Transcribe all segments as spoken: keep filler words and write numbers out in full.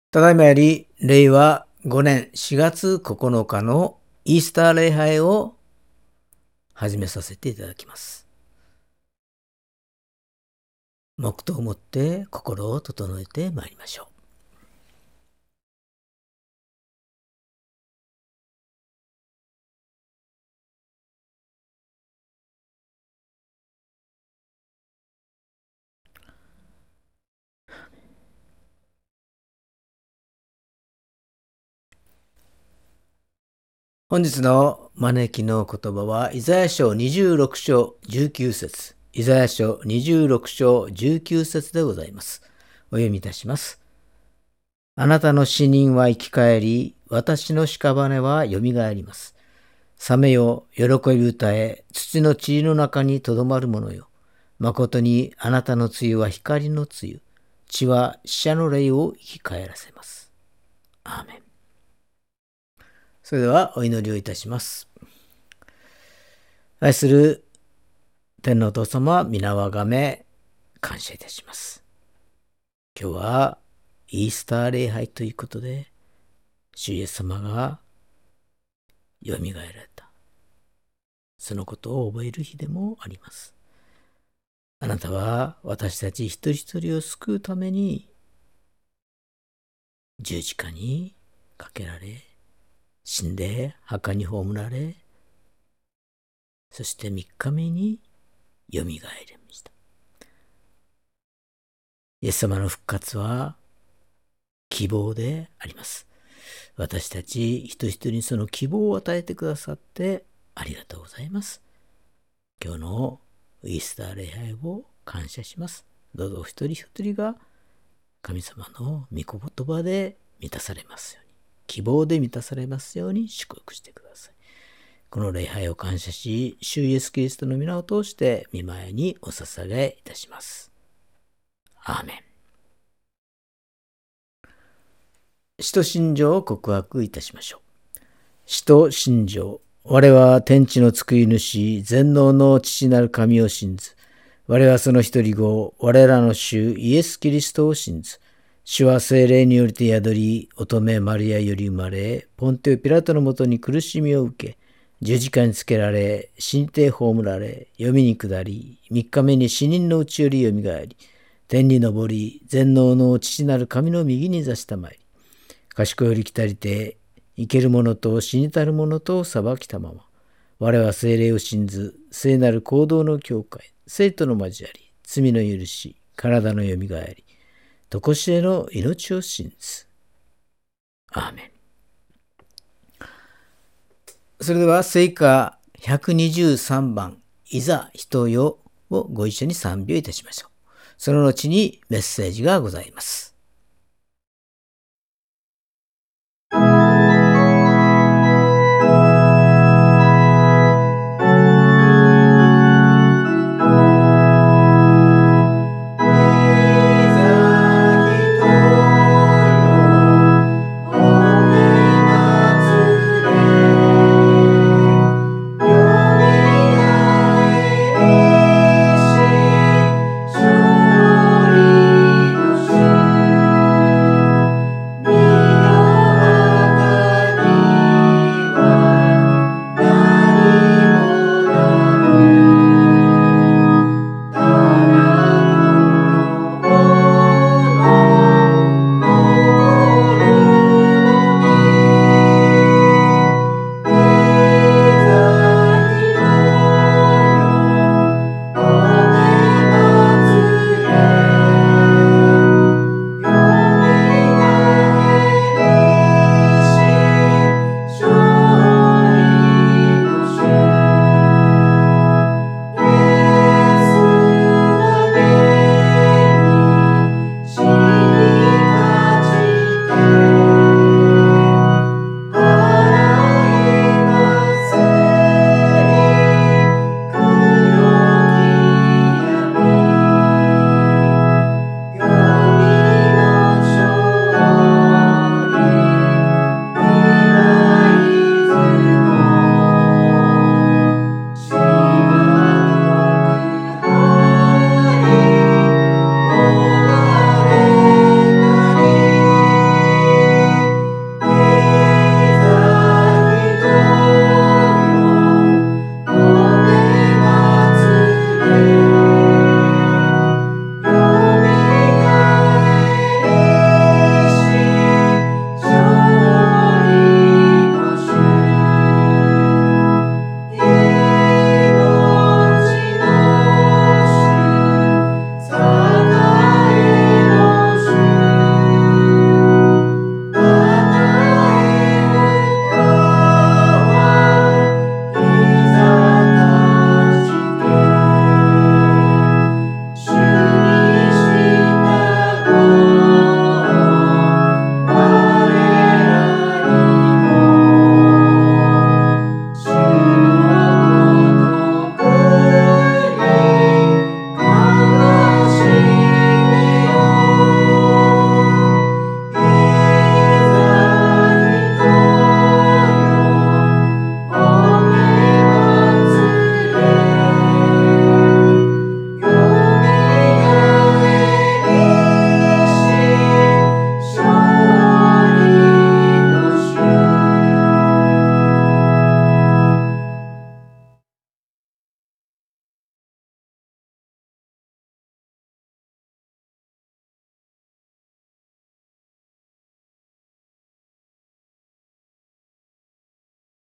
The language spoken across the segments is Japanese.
ただいまよりれいわごねんしがつここのかのイースター礼拝を始めさせていただきます。黙祷をもって心を整えてまいりましょう。本日の招きの言葉はイザヤ書にじゅうろくしょうじゅうきゅうせつ、イザヤ書にじゅうろくしょうじゅうきゅうせつでございます。お読みいたします。あなたの死人は生き返り、私の屍はよみがえります。さめよ、喜び歌え、土の塵の中にとどまる者よ。まことにあなたの露は光の露。血は死者の霊を生き返らせます。アーメン。それではお祈りをいたします。愛する天のお父様、皆をあがめ、感謝いたします。今日はイースター礼拝ということで、主イエス様がよみがえられた。そのことを覚える日でもあります。あなたは私たち一人一人を救うために十字架にかけられ、死んで墓に葬られ、そして三日目によみがえりました。イエス様の復活は希望であります。私たち一人一人にその希望を与えてくださってありがとうございます。今日のイースター礼拝を感謝します。どうぞ一人一人が神様の御言葉で満たされますように、希望で満たされますように祝福してください。この礼拝を感謝し、主イエスキリストの皆を通して御前にお捧げいたします。アーメン。使徒信条を告白いたしましょう。使徒信条。我は天地の救い主、全能の父なる神を信ず。我はその一人子、我らの主イエスキリストを信ず。主は聖霊によりて宿り、乙女マリアより生まれ、ポンテオピラトのもとに苦しみを受け、十字架につけられ、死にて葬られ、読みに下り、三日目に死人のうちよりよみがえり、天に昇り、全能の父なる神の右に座したまいり、賢より来たりて、生ける者と死にたる者と裁きたまま、我は聖霊を信ず、聖なる行動の教会、聖徒の交わり、罪の許し、体のよみがえり、とこしえの命を信ず。アーメン。それでは聖歌ひゃくにじゅうさんばん、いざ人よをご一緒に賛美をいたしましょう。その後にメッセージがございます。 勝利の主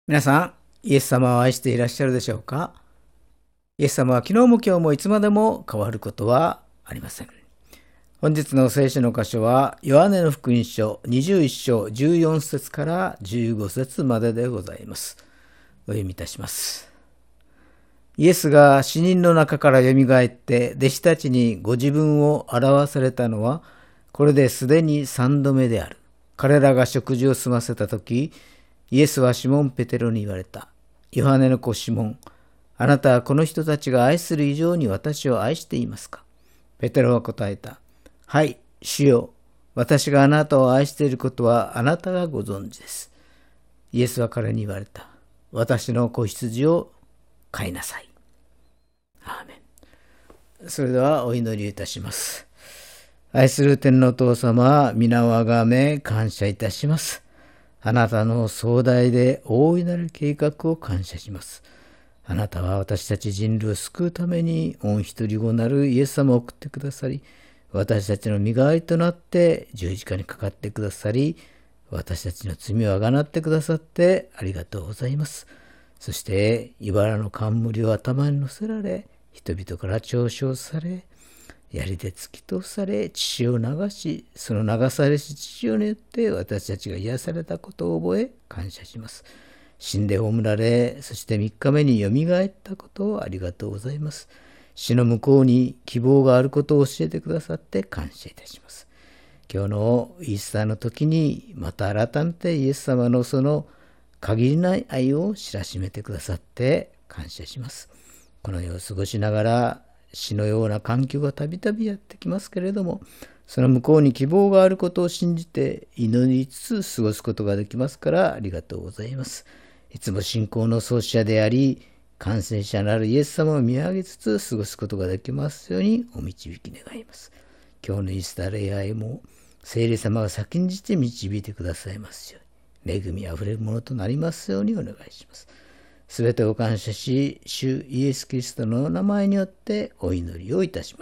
皆さん、イエス様を愛していらっしゃるでしょうか？イエス様は昨日も今日もいつまでも変わることはありません。本日の聖書の箇所は、ヨハネの福音書にじゅういっ章じゅうよん節からじゅうご節まででございます。お読みいたします。イエスが死人の中からよみがえって弟子たちにご自分を表されたのは、これですでに三度目である。彼らが食事を済ませたとき、イエスはシモン・ペテロに言われた。ヨハネの子シモン、あなたはこの人たちが愛する以上に私を愛していますか？ペテロは答えた。はい、主よ。私があなたを愛していることはあなたがご存知です。イエスは彼に言われた。私の子羊を飼いなさい。アーメン。それではお祈りいたします。愛する天のお父様、皆をあがめ感謝いたします。あなたの壮大で大いなる計画を感謝します。あなたは私たち人類を救うために御一人子なるイエス様を送ってくださり、私たちの身代わりとなって十字架にかかってくださり、私たちの罪をあがなってくださってありがとうございます。そして、茨の冠を頭に乗せられ、人々から嘲笑され、槍で突き通され、血を流し、その流されし血潮によって私たちが癒されたことを覚え、感謝します。死んで葬られ、そしてみっかめによみがえったことをありがとうございます。死の向こうに希望があることを教えてくださって感謝いたします。今日のイースターの時にまた改めてイエス様のその限りない愛を知らしめてくださって感謝します。この世を過ごしながら死のような環境がたびたびやってきますけれども、その向こうに希望があることを信じて祈りつつ過ごすことができますからありがとうございます。いつも信仰の創始者であり、感染者なるイエス様を見上げつつ過ごすことができますようにお導き願います。今日のイースター礼拝も聖霊様が先んじて導いてくださいますように、恵みあふれるものとなりますようにお願いします。すべてを感謝し、主イエス・キリストの名前によってお祈りをいたします。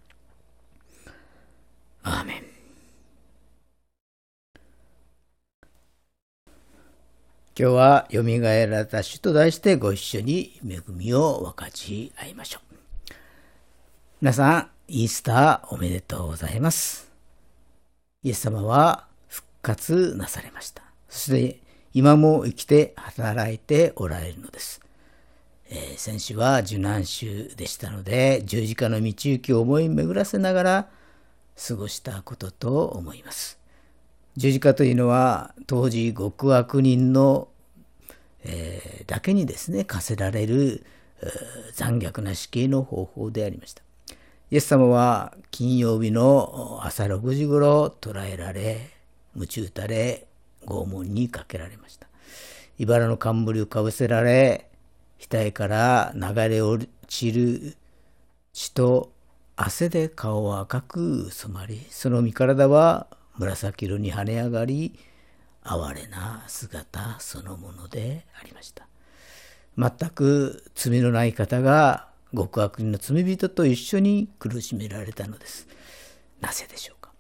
アーメン。今日はよみがえられた主と題してご一緒に恵みを分かち合いましょう。皆さん、イースターおめでとうございます。イエス様は復活なされました。そして今も生きて働いておられるのです。えー、先週は受難週でしたので、十字架の道行きを思い巡らせながら過ごしたことと思います。十字架というのは当時極悪人の、えー、だけにですね課せられる残虐な死刑の方法でありました。イエス様は金曜日の朝ろくじごろ捕らえられ、鞭打たれ、拷問にかけられました。茨の冠をかぶせられ、額から流れ落ちる血と汗で顔は赤く染まり、その身体は紫色に跳ね上がり、哀れな姿そのものでありました。全く罪のない方が極悪人の罪人と一緒に苦しめられたのです。なぜでしょうか。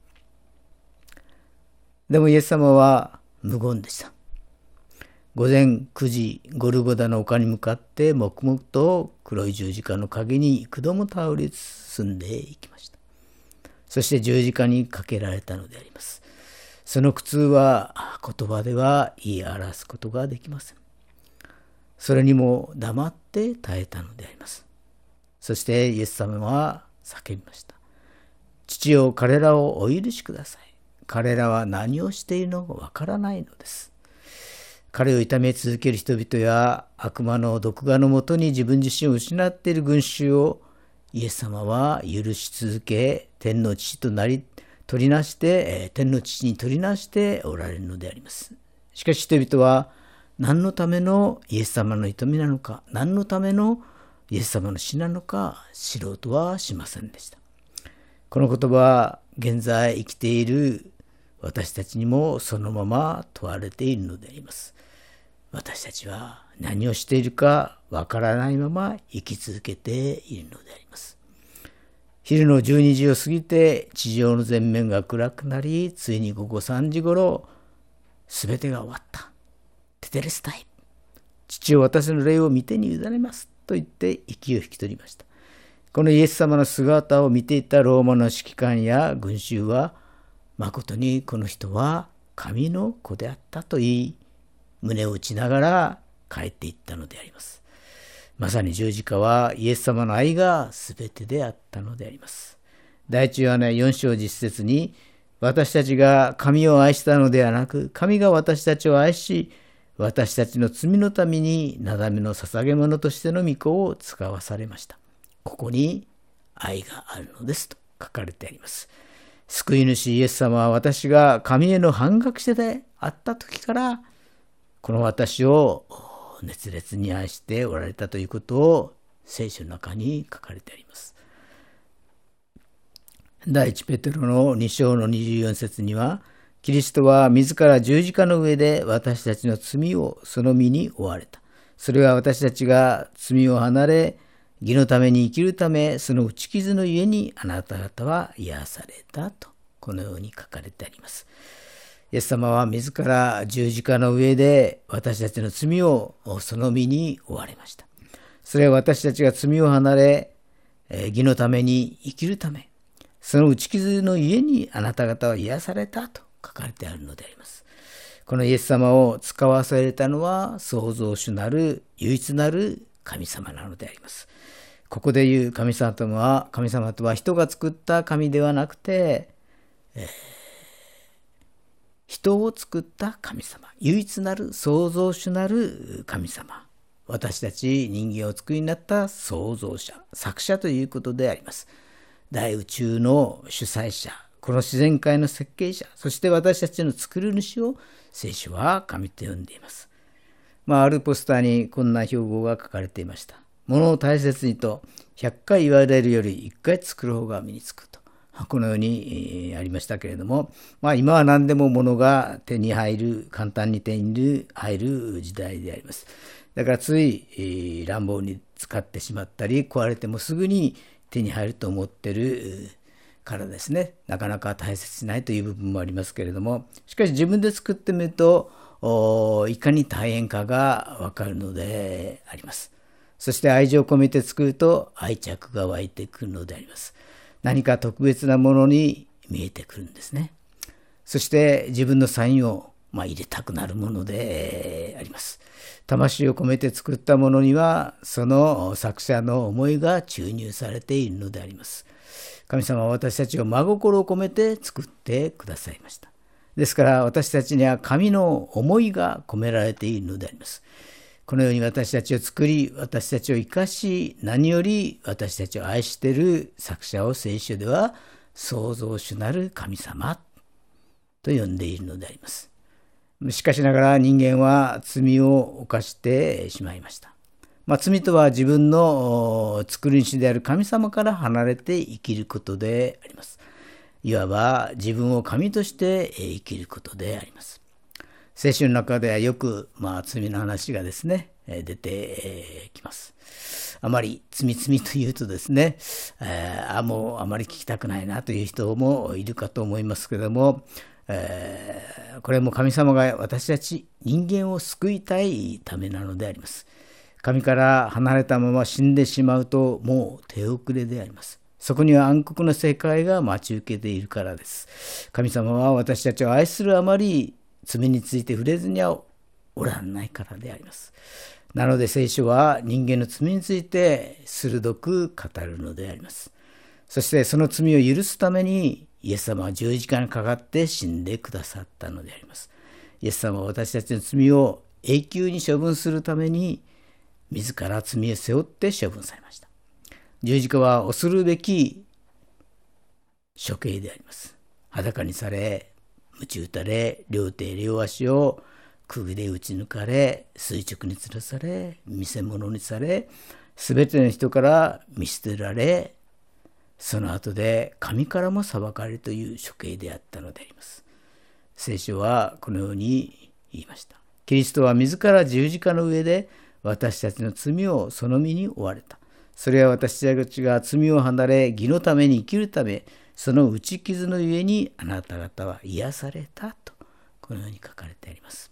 でもイエス様は無言でした。午前くじ、ゴルゴダの丘に向かって黙々と黒い十字架の陰に幾度も倒れ進んでいきました。そして十字架にかけられたのであります。その苦痛は言葉では言い表すことができません。それにも黙って耐えたのであります。そしてイエス様は叫びました。父よ、彼らをお許しください。彼らは何をしているのかわからないのです。彼を痛め続ける人々や悪魔の毒牙のもとに自分自身を失っている群衆をイエス様は許し続け、天の父となり取りなして、天の父に取りなしておられるのであります。しかし人々は何のためのイエス様の痛みなのか、何のためのイエス様の死なのか知ろうとはしませんでした。この言葉は現在生きている私たちにもそのまま問われているのであります。私たちは何をしているかわからないまま生き続けているのであります。昼のじゅうにじを過ぎて地上の全面が暗くなり、ついに午後さんじごろ、すべてが終わった。テテレスタイム。 父を私の霊を御手に委ねますと言って息を引き取りました。このイエス様の姿を見ていたローマの指揮官や群衆は、まことにこの人は神の子であったと言い、胸を打ちながら帰っていったのであります。まさに十字架はイエス様の愛がすべてであったのであります。第一ヨハネよん章じゅっ節に、私たちが神を愛したのではなく、神が私たちを愛し、私たちの罪のためになだめの捧げ物としての御子を使わされました。ここに愛があるのですと書かれてあります。救い主イエス様は私が神への反逆者であった時から、この私を熱烈に愛しておられたということを聖書の中に書かれてあります。第一ペテロのに章のにじゅうよん節には、キリストは自ら十字架の上で私たちの罪をその身に負われた。それは私たちが罪を離れ、義のために生きるため、その打ち傷のゆえにあなた方は癒されたと、このように書かれてあります。イエス様は自ら十字架の上で私たちの罪をその身に負われました。それは私たちが罪を離れ、義のために生きるため、その打ち傷のゆえにあなた方は癒されたと書かれてあるのであります。このイエス様を使わされたのは創造主なる唯一なる神様なのであります。ここで言う神様とは、神様とは人が作った神ではなくて、えー、人を作った神様、唯一なる創造主なる神様、私たち人間を作りになった創造者、作者ということであります。大宇宙の主催者、この自然界の設計者、そして私たちの作る主を聖書は神と呼んでいます。まあ、あるポスターにこんな標語が書かれていました。ものを大切にとひゃっかい言われるよりいっかい作る方が身につくと。このようにありましたけれども、まあ、今は何でも物が手に入る、簡単に手に入る時代であります。だからつい乱暴に使ってしまったり、壊れてもすぐに手に入ると思っているからですね、なかなか大切にないという部分もありますけれども、しかし自分で作ってみるといかに大変かがわかるのであります。そして愛情を込めて作ると愛着が湧いてくるのであります。何か特別なものに見えてくるんですね。そして自分のサインを、まあ、入れたくなるものであります。魂を込めて作ったものにはその作者の思いが注入されているのであります。神様は私たちを真心を込めて作ってくださいました。ですから私たちには神の思いが込められているのであります。このように私たちを作り、私たちを生かし、何より私たちを愛している作者を聖書では創造主なる神様と呼んでいるのであります。しかしながら人間は罪を犯してしまいました。まあ、罪とは自分の作り主である神様から離れて生きることであります。いわば自分を神として生きることであります。聖書の中ではよく、まあ、罪の話がですね、出てきます。あまり罪罪というとですね、えー、あもうあまり聞きたくないなという人もいるかと思いますけれども、えー、これも神様が私たち人間を救いたいためなのであります。神から離れたまま死んでしまうともう手遅れであります。そこには暗黒の世界が待ち受けているからです。神様は私たちを愛するあまり罪について触れずにはおらんないからであります。なので聖書は人間の罪について鋭く語るのであります。そしてその罪を許すためにイエス様は十字架にかかって死んでくださったのであります。イエス様は私たちの罪を永久に処分するために自ら罪を背負って処分されました。十字架は恐るべき処刑であります。裸にされ、鞭打たれ、両手両足を釘で打ち抜かれ、垂直に吊るされ、見せ物にされ、すべての人から見捨てられ、その後で神からも裁かれるという処刑であったのであります。聖書はこのように言いました。キリストは自ら十字架の上で私たちの罪をその身に負われた。それは私たちが罪を離れ、義のために生きるため、その打ち傷のゆえにあなた方は癒されたと、このように書かれてあります。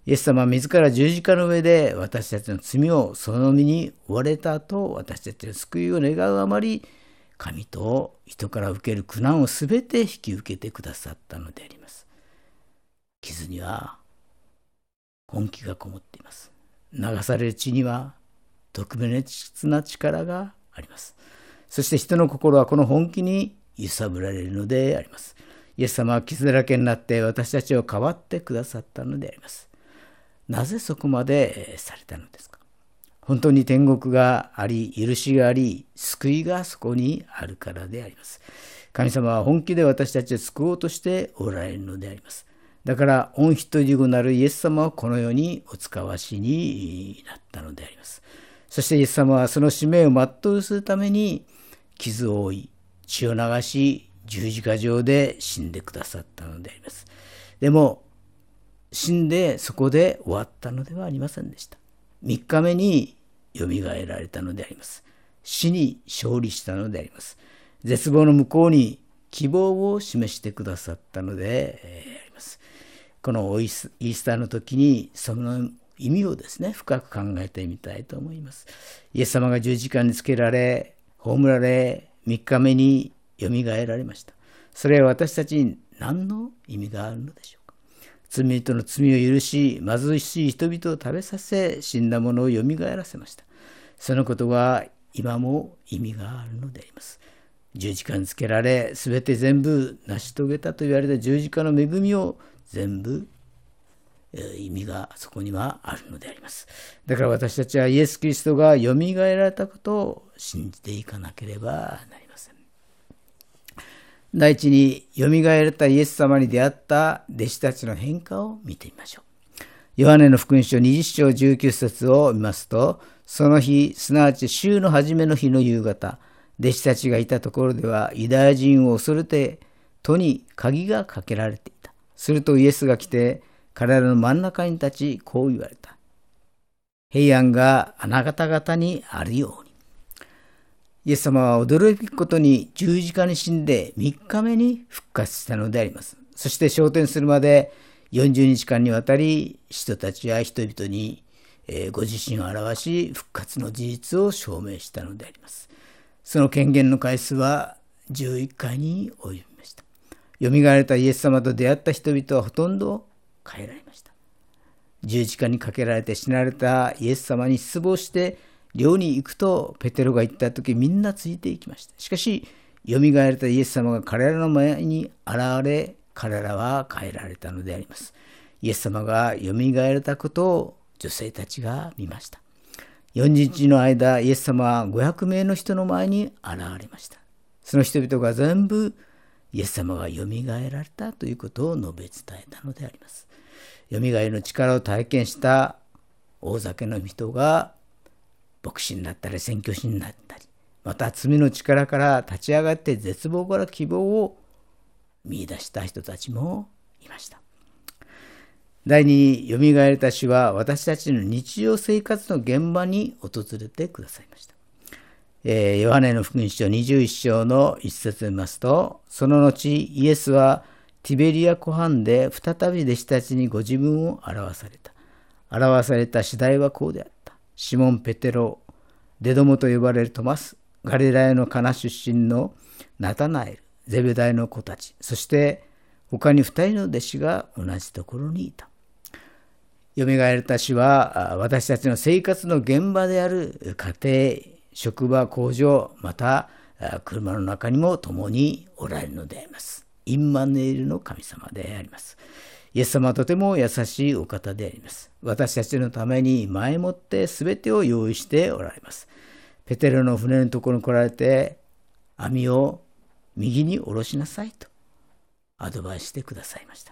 イエス様は自ら十字架の上で私たちの罪をその身に負われた後、私たちの救いを願うあまり、神と人から受ける苦難をすべて引き受けてくださったのであります。傷には本気がこもっています。流される血には特別な力があります。そして人の心はこの本気に揺さぶられるのであります。イエス様は傷だらけになって私たちを代わってくださったのであります。なぜそこまでされたのですか。本当に天国があり、許しがあり、救いがそこにあるからであります。神様は本気で私たちを救おうとしておられるのであります。だから、御一人子なるイエス様はこの世にお使わしになったのであります。そしてイエス様はその使命を全うするために、傷を負い、血を流し、十字架上で死んでくださったのであります。でも、死んでそこで終わったのではありませんでした。三日目によみがえられたのであります。死に勝利したのであります。絶望の向こうに希望を示してくださったのであります。このイースターの時にその意味をですね、深く考えてみたいと思います。イエス様が十字架につけられ、葬られ、三日目によみがえられました。それは私たちに何の意味があるのでしょうか。罪人の罪を許し、貧しい人々を食べさせ、死んだ者をよみがえらせました。そのことは今も意味があるのであります。十字架につけられ、すべて全部成し遂げたと言われた十字架の恵みを全部、えー、意味がそこにはあるのであります。だから私たちはイエス・キリストがよみがえられたことを信じていかなければなりません。第一に、よみがえられたイエス様に出会った弟子たちの変化を見てみましょう。ヨハネの福音書にじゅっ章じゅうきゅう節を見ますと、その日、すなわち週の初めの日の夕方、弟子たちがいたところでは、ユダヤ人を恐れて、戸に鍵がかけられていた。するとイエスが来て、彼らの真ん中に立ち、こう言われた。平安があなた方にあるように。イエス様は驚くことに十字架に死んでみっかめに復活したのであります。そして昇天するまでよんじゅうにちかんにわたり人たちや人々にご自身を表し復活の事実を証明したのであります。その権限の回数はじゅういっかいに及びました。よみがえられたイエス様と出会った人々はほとんど変えられました。十字架にかけられて死なれたイエス様に失望して寮に行くとペテロが言った時、みんなついていきました。しかしよみがえられたイエス様が彼らの前に現れ、彼らは変えられたのであります。イエス様がよみがえられたことを女性たちが見ました。よんじゅうにちの間、イエス様はごひゃくめいの人の前に現れました。その人々が全部イエス様がよみがえられたということを述べ伝えたのであります。よみがえりの力を体験した大酒の人が牧師になったり宣教師になったり、また罪の力から立ち上がって絶望から希望を見出した人たちもいました。第二に、よみがえれた主は私たちの日常生活の現場に訪れてくださいました。えー、ヨハネの福音書にじゅういっ章の一節を見ますと、その後イエスはティベリア湖畔で再び弟子たちにご自分を表された。表された次第はこうであった。シモン・ペテロ、デドモと呼ばれるトマス、ガリラヤのカナ出身のナタナエル、ゼベダイの子たち、そして他に二人の弟子が同じところにいた。よみがえった主は私たちの生活の現場である家庭、職場、工場、また車の中にも共におられるのであります。インマヌエルの神様であります。イエス様はとても優しいお方であります。私たちのために前もってすべてを用意しておられます。ペテロの船のところに来られて、網を右に下ろしなさいとアドバイスしてくださいました。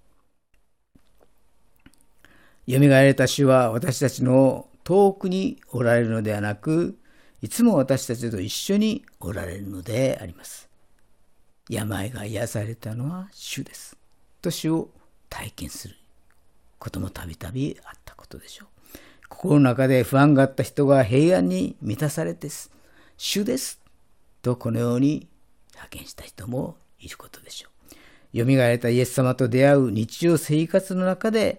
よみがえれた主は私たちの遠くにおられるのではなく、いつも私たちと一緒におられるのであります。病が癒されたのは主です。と主を体験することもたびたびあったことでしょう。心の中で不安があった人が平安に満たされて、主ですとこのように派遣した人もいることでしょう。よみがえったイエス様と出会う日常生活の中で、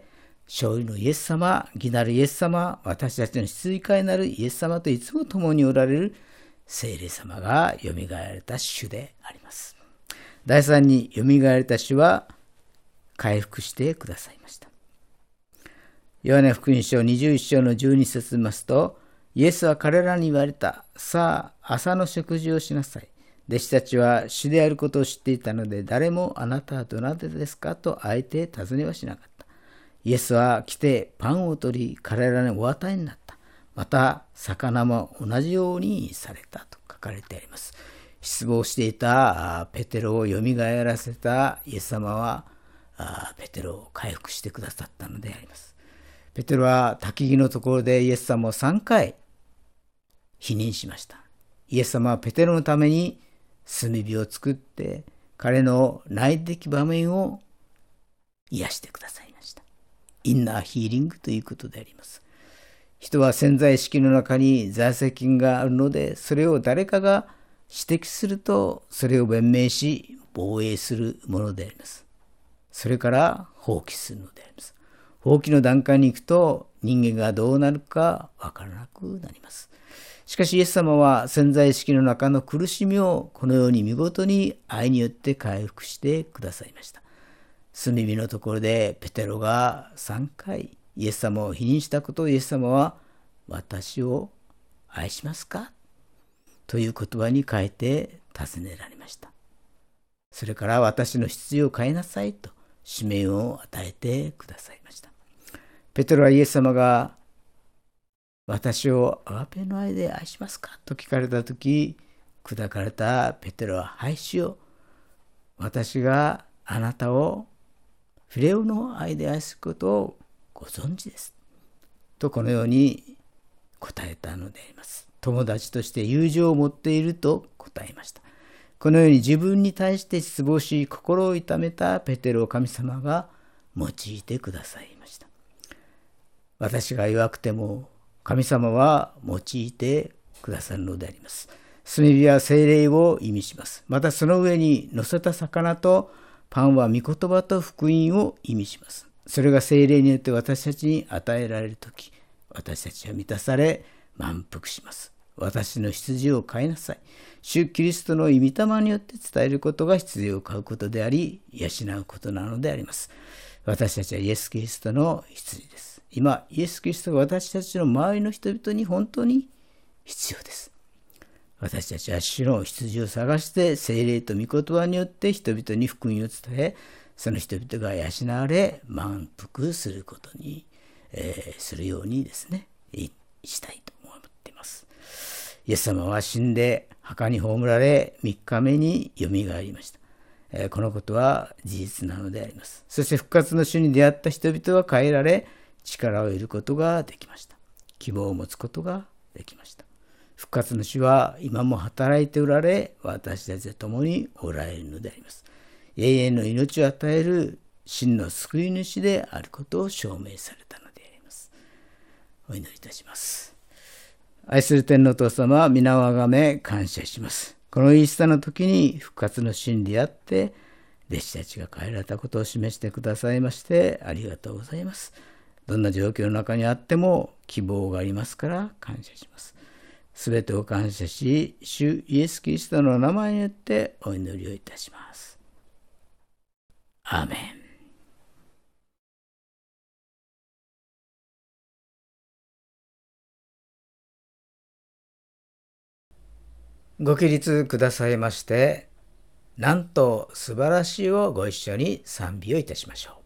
勝利のイエス様、義なるイエス様、私たちの羊飼いなるイエス様といつも共におられる聖霊様がよみがえられた主であります。第三に、よみがえられた主は回復してくださいました。ヨハネ福音書にじゅういっ章のじゅうに節を見ますと、イエスは彼らに言われた。さあ、朝の食事をしなさい。弟子たちは主であることを知っていたので、誰もあなたはどなたですかとあえて尋ねはしなかった。イエスは来てパンを取り、彼らにお与えになった。また、魚も同じようにされたと書かれてあります。失望していたペテロをよみがえらせたイエス様は、ペテロを回復してくださったのであります。ペテロは焚き木のところでイエス様をさんかい否認しました。イエス様はペテロのために炭火を作って彼の内的場面を癒してくださいました。インナーヒーリングということであります。人は潜在意識の中に財政金があるので、それを誰かが指摘するとそれを弁明し防衛するものであります。それから放棄するのであります。放棄の段階に行くと人間がどうなるかわからなくなります。しかしイエス様は潜在意識の中の苦しみをこのように見事に愛によって回復してくださいました。炭火のところでペテロがさんかいイエス様を否認したことをイエス様は私を愛しますかという言葉に変えて尋ねられました。それから私の羊を飼いなさいと使命を与えてくださいました。ペテロはイエス様が私をアガペの愛で愛しますかと聞かれたとき、砕かれたペテロは、はい主よ、私があなたをフィレオの愛で愛すことをご存知です。とこのように答えたのであります。友達として友情を持っていると答えました。このように自分に対して失望し、心を痛めたペテロを神様が用いてくださいました。私が弱くても神様は用いてくださるのであります。炭火は聖霊を意味します。またその上に乗せた魚とパンは御言葉と福音を意味します。それが聖霊によって私たちに与えられるとき、私たちは満たされ満腹します。私の羊を飼いなさい。主キリストの御霊によって伝えることが羊を飼うことであり、養うことなのであります。私たちはイエス・キリストの羊です。今、イエス・キリストが私たちの周りの人々に本当に必要です。私たちは主の羊を探して聖霊と御言葉によって人々に福音を伝え、その人々が養われ満腹することに、えー、するようにですね、したいと思っています。イエス様は死んで墓に葬られみっかめによみがえりました。えー、このことは事実なのであります。そして復活の主に出会った人々は変えられ、力を得ることができました。希望を持つことができました。復活の主は今も働いておられ、私たちと共におられるのであります。永遠の命を与える真の救い主であることを証明されたのであります。お祈りいたします。愛する天のお父様、皆をあがめ感謝します。このイースターの時に復活の主に出会って、弟子たちが変えられたことを示してくださいましてありがとうございます。どんな状況の中にあっても希望がありますから感謝します。すべてを感謝し、主イエス・キリストの名前によってお祈りをいたします。アーメン。ご起立くださいまして、なんと素晴らしいをご一緒に賛美をいたしましょう。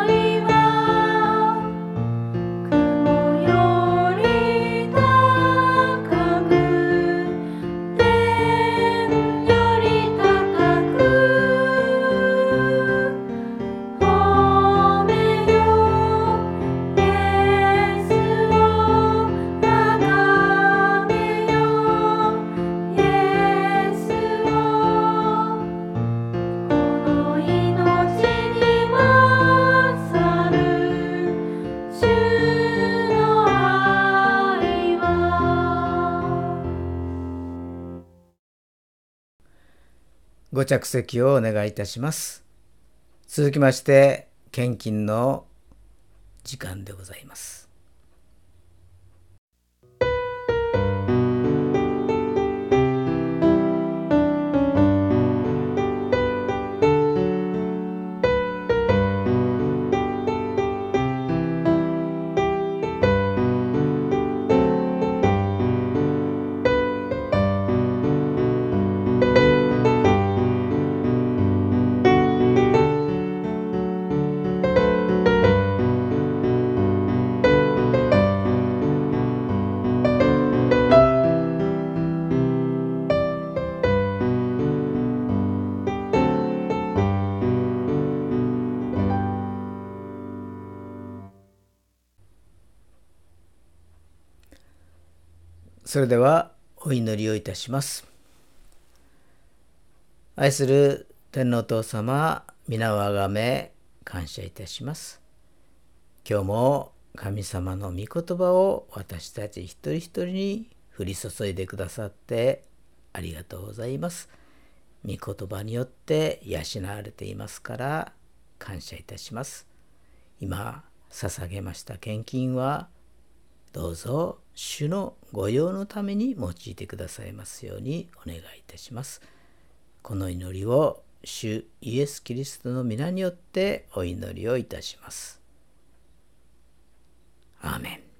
雲よりご着席をお願いいたします。続きまして、献金の時間でございます。それではお祈りをいたします。愛する天皇お父様、皆をあがめ感謝いたします。今日も神様の御言葉を私たち一人一人に降り注いでくださってありがとうございます。御言葉によって養われていますから感謝いたします。今捧げました献金はどうぞ主の御用のために用いてくださいますようにお願いいたします。この祈りを主イエス・キリストの皆によってお祈りをいたします。アーメン。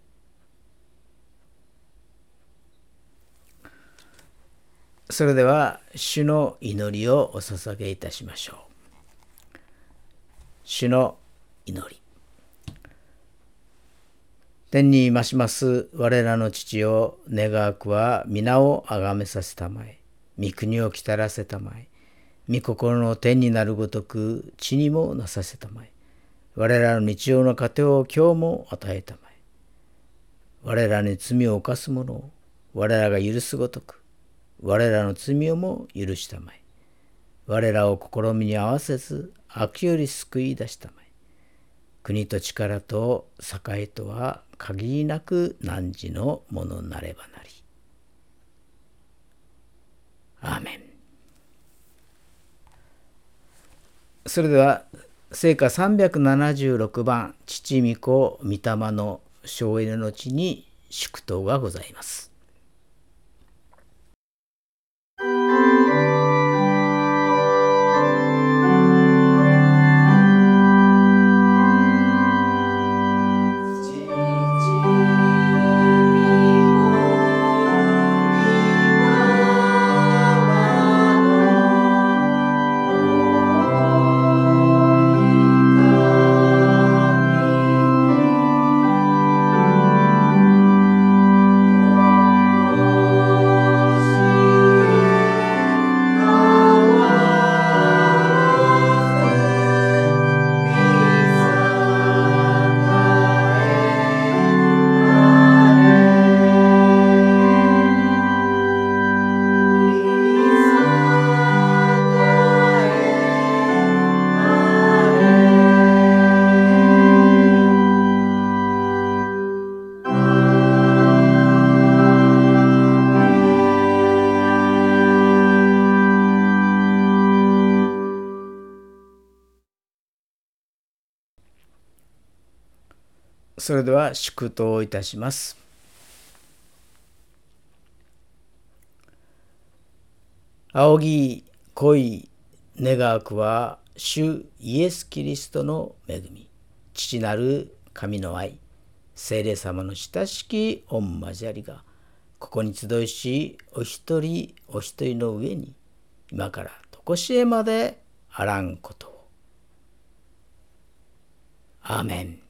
それでは主の祈りをお捧げいたしましょう。主の祈り。天にまします我らの父よ、願わくは皆をあがめさせたまえ、御国をきたらせたまえ、御心の天になるごとく地にもなさせたまえ、我らの日常の糧を今日も与えたまえ、我らに罪を犯す者を我らが許すごとく、我らの罪をも許したまえ、我らを試みに合わせず悪より救い出したまえ、国と力と栄とは限りなく汝のものなればなり。アーメン。それでは聖歌さんびゃくななじゅうろくばん、父御子御霊の省エネの地に祝祷がございます。それでは祝祷をいたします。仰ぎ恋願わくは主イエス・キリストの恵み、父なる神の愛、聖霊様の親しき御交わりがここに集いし、お一人お一人の上に今からとこしえまであらんことを。アーメン。